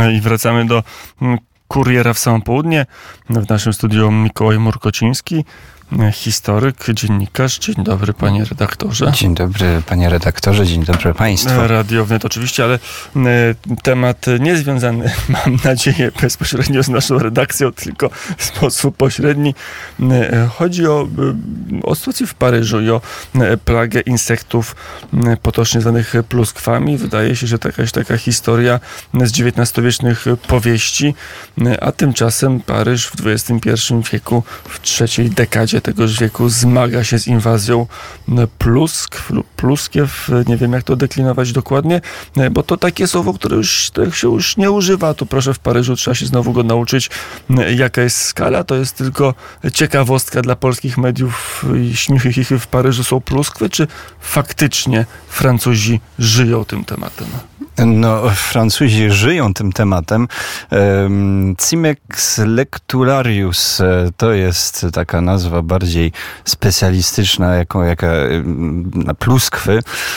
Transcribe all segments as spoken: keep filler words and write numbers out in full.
I wracamy do Kuriera w samo południe. W naszym studiu Mikołaj Murkociński, historyk, dziennikarz. Dzień dobry, panie redaktorze. Dzień dobry, panie redaktorze, dzień dobry państwu. Radio Wnet oczywiście, ale temat niezwiązany, mam nadzieję, bezpośrednio z naszą redakcją, tylko w sposób pośredni. Chodzi o, o sytuację w Paryżu i o plagę insektów potocznie zwanych pluskwami. Wydaje się, że to jakaś taka historia z dziewiętnastowiecznych powieści, a tymczasem Paryż w dwudziestym pierwszym wieku, w trzeciej dekadzie tegoż wieku zmaga się z inwazją pluskw lub pluskiew, nie wiem jak to deklinować dokładnie, bo to takie słowo, które już których się już nie używa. Tu proszę, w Paryżu trzeba się znowu go nauczyć, jaka jest skala. To jest tylko ciekawostka dla polskich mediów. Śmichy, chichy, w Paryżu są pluskwy, czy faktycznie Francuzi żyją tym tematem? No, Francuzi żyją tym tematem. Cimex lectularius to jest taka nazwa bardziej specjalistyczna, jaką, jaka na pluskwy.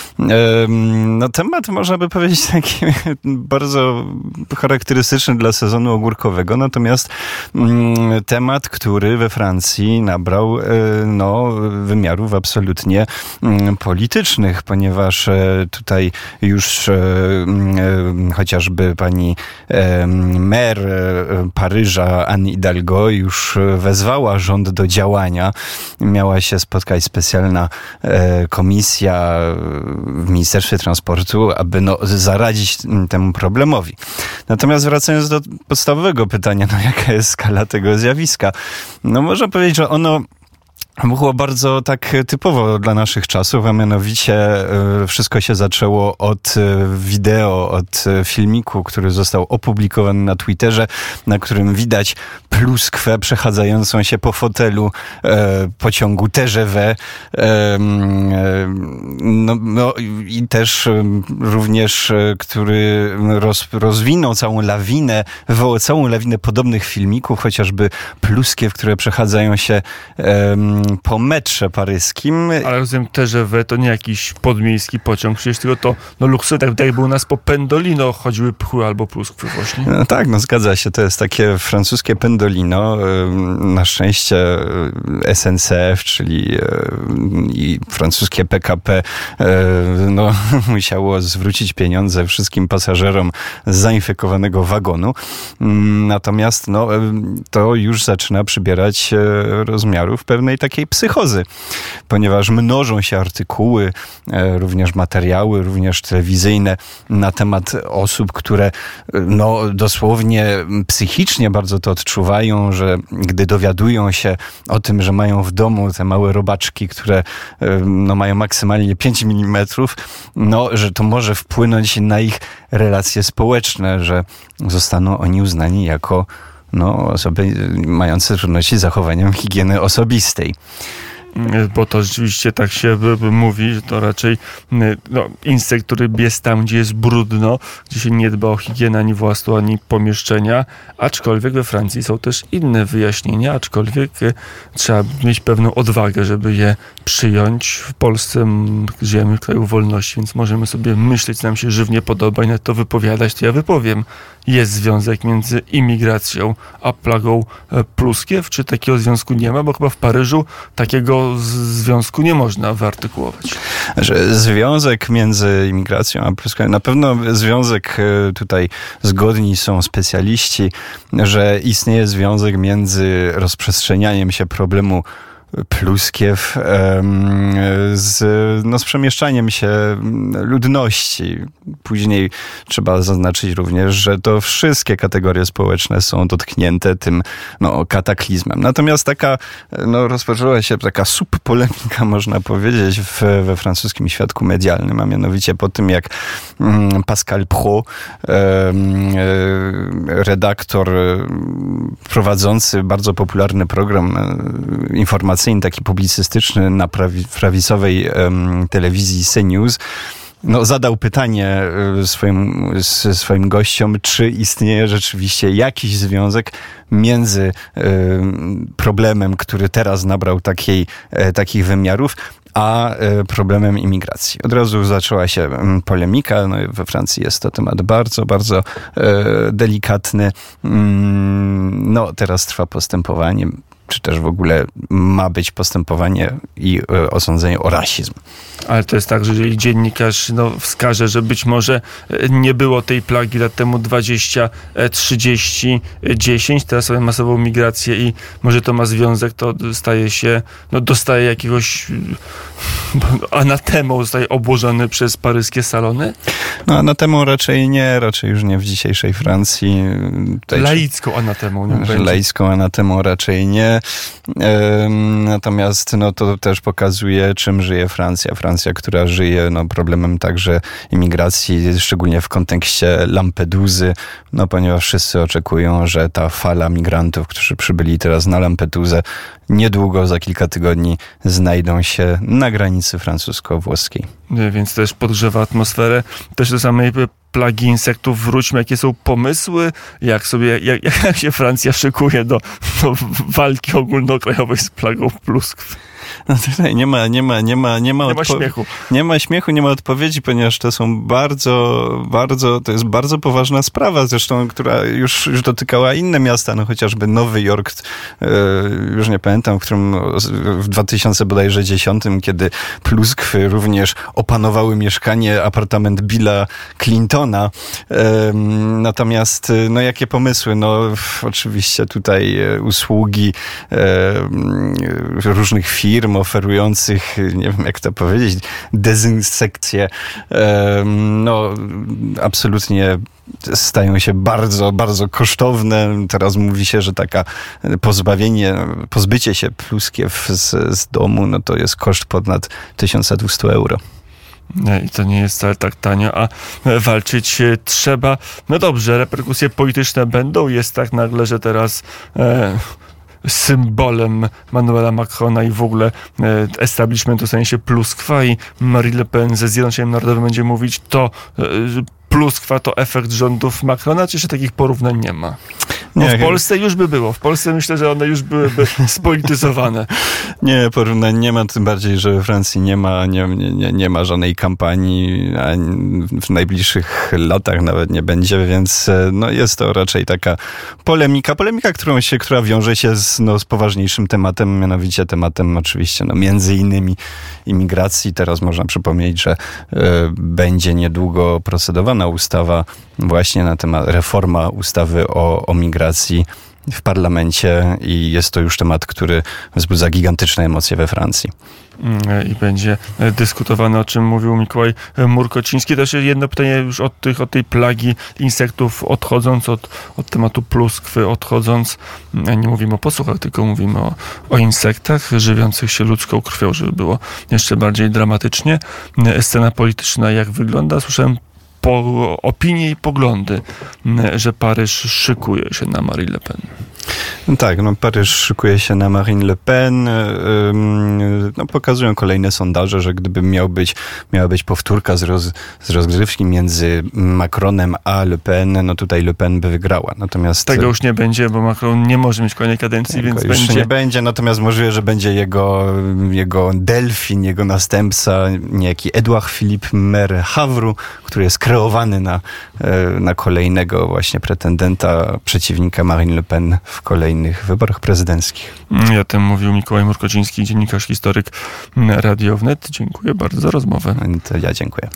No, temat można by powiedzieć taki bardzo charakterystyczny dla sezonu ogórkowego, natomiast temat, który we Francji nabrał no, wymiarów absolutnie politycznych, ponieważ tutaj już chociażby pani mer Paryża Anne Hidalgo już wezwała rząd do działania. Miała się spotkać specjalna komisja w Ministerstwie Transportu, aby no, zaradzić temu problemowi. Natomiast wracając do podstawowego pytania, no jaka jest skala tego zjawiska? No można powiedzieć, że ono było bardzo tak typowo dla naszych czasów, a mianowicie wszystko się zaczęło od wideo, od filmiku, który został opublikowany na Twitterze, na którym widać pluskwę przechadzającą się po fotelu e, pociągu T G V. E, no, no i też również, który roz, rozwinął całą lawinę, wywołał całą lawinę podobnych filmików, chociażby pluskiew, które przechadzają się e, po metrze paryskim. Ale rozumiem, T G V to nie jakiś podmiejski pociąg, przecież tylko to no luksus, tak jak był u nas po Pendolino chodziły pchły albo pluskwy właśnie. No tak, no zgadza się, to jest takie francuskie Pendolino. Na szczęście S N C F, czyli i francuskie P K P no, musiało zwrócić pieniądze wszystkim pasażerom z zainfekowanego wagonu. Natomiast no, to już zaczyna przybierać rozmiarów pewnej takiej psychozy, ponieważ mnożą się artykuły, również materiały, również telewizyjne na temat osób, które no, dosłownie psychicznie bardzo to odczuwają, że gdy dowiadują się o tym, że mają w domu te małe robaczki, które no, mają maksymalnie pięć milimetrów, no, że to może wpłynąć na ich relacje społeczne, że zostaną oni uznani jako no, osoby mające trudności z zachowaniem higieny osobistej. Bo to rzeczywiście tak się mówi, że to raczej no, insekt, który jest tam, gdzie jest brudno, gdzie się nie dba o higienę ani własną, ani pomieszczenia, aczkolwiek we Francji są też inne wyjaśnienia, aczkolwiek trzeba mieć pewną odwagę, żeby je przyjąć. W Polsce żyjemy w kraju wolności, więc możemy sobie myśleć, co nam się żywnie podoba i na to wypowiadać, to ja wypowiem. Jest związek między imigracją a plagą pluskiew, czy takiego związku nie ma, bo chyba w Paryżu takiego związku nie można wyartykułować. Że związek między imigracją a pluskwiami, na pewno związek tutaj zgodni są specjaliści, że istnieje związek między rozprzestrzenianiem się problemu pluskiew z, no, z przemieszczaniem się ludności. Później trzeba zaznaczyć również, że to wszystkie kategorie społeczne są dotknięte tym no, kataklizmem. Natomiast taka, no, rozpoczęła się taka subpolemika, można powiedzieć, w, we francuskim świadku medialnym, a mianowicie po tym, jak Pascal Praud, redaktor prowadzący bardzo popularny program informacyjny, taki publicystyczny na prawi, prawicowej um, telewizji CNews, no, zadał pytanie swoim, swoim gościom, czy istnieje rzeczywiście jakiś związek między y, problemem, który teraz nabrał takiej, e, takich wymiarów, a problemem imigracji. Od razu zaczęła się polemika. No, we Francji jest to temat bardzo, bardzo delikatny. No, teraz trwa postępowanie, czy też w ogóle ma być postępowanie i osądzenie o rasizm. Ale to jest tak, że jeżeli dziennikarz no, wskaże, że być może nie było tej plagi lat temu dwadzieścia, trzydzieści, dziesięć, teraz mamy masową migrację i może to ma związek, to staje się, no dostaje jakiegoś anatemą, zostaje obłożony przez paryskie salony? No anatemą raczej nie, raczej już nie w dzisiejszej Francji. Tutaj laicką anatemą. Nie laicką anatemą raczej nie. Natomiast no, to też pokazuje, czym żyje Francja. Francja, która żyje no, problemem także imigracji, szczególnie w kontekście Lampedusy, no, ponieważ wszyscy oczekują, że ta fala migrantów, którzy przybyli teraz na Lampedusę, niedługo, za kilka tygodni znajdą się na granicy francusko-włoskiej. Więc też podgrzewa atmosferę. Też do samej plagi insektów wróćmy. Jakie są pomysły? Jak sobie, jak, jak się Francja szykuje do, do walki ogólnokrajowej z plagą pluskw? No tutaj nie ma, nie ma, nie ma, nie ma, nie ma odpo- śmiechu. Nie ma śmiechu, nie ma odpowiedzi, ponieważ to są bardzo, bardzo, to jest bardzo poważna sprawa, zresztą, która już, już dotykała inne miasta, no chociażby Nowy Jork, yy, już nie pamiętam, w którym w dwa tysiące bodajże dziesiątym, kiedy pluskwy również opanowały mieszkanie, apartament Billa Clintona. Yy, natomiast, no jakie pomysły? No oczywiście tutaj usługi yy, różnych firm, oferujących, nie wiem jak to powiedzieć, dezynsekcję, no absolutnie stają się bardzo, bardzo kosztowne. Teraz mówi się, że taka pozbawienie, pozbycie się pluskiew z, z domu, no to jest koszt ponad tysiąc dwieście euro. I to nie jest wcale tak tanio, a walczyć trzeba. No dobrze, reperkusje polityczne będą. Jest tak nagle, że teraz e, symbolem Manuela Macrona i w ogóle e, establishmentu stanie się pluskwa i Marine Le Pen ze Zjednoczeniem Narodowym będzie mówić, to e, pluskwa to efekt rządów Macrona, czy jeszcze takich porównań nie ma? No w Polsce już by było. W Polsce myślę, że one już byłyby spolityzowane. Nie, porównań nie ma, tym bardziej, że we Francji nie ma, nie, nie, nie ma żadnej kampanii, a w najbliższych latach nawet nie będzie, więc no, jest to raczej taka polemika, polemika, którą się, która wiąże się z, no, z poważniejszym tematem, mianowicie tematem oczywiście no, między innymi imigracji. Teraz można przypomnieć, że y, będzie niedługo procedowana ustawa właśnie na temat, reforma ustawy o, o migracji w parlamencie i jest to już temat, który wzbudza gigantyczne emocje we Francji. I będzie dyskutowane, o czym mówił Mikołaj Murkociński. Też jedno pytanie już od, tych, od tej plagi insektów, odchodząc od, od tematu pluskwy, odchodząc, nie mówimy o posłuchach, tylko mówimy o, o insektach żywiących się ludzką krwią, żeby było jeszcze bardziej dramatycznie. Scena polityczna jak wygląda? Słyszałem po opinie i poglądy, że Paryż szykuje się na Marine Le Pen. No tak, no Paryż szykuje się na Marine Le Pen. No, pokazują kolejne sondaże, że gdyby miał być, miała być powtórka z, roz, z rozgrywki między Macronem a Le Pen, no tutaj Le Pen by wygrała. Natomiast tego już nie będzie, bo Macron nie może mieć kolejnej kadencji, więc już będzie... nie będzie, natomiast możliwe, że będzie jego, jego delfin, jego następca, niejaki Edouard Philippe Maire Havru, który jest kreowany na, na kolejnego właśnie pretendenta, przeciwnika Marine Le Pen w kolejnych wyborach prezydenckich. Ja tym mówił Mikołaj Murkociński, dziennikarz, historyk Radio Wnet. Dziękuję bardzo za rozmowę. To ja dziękuję.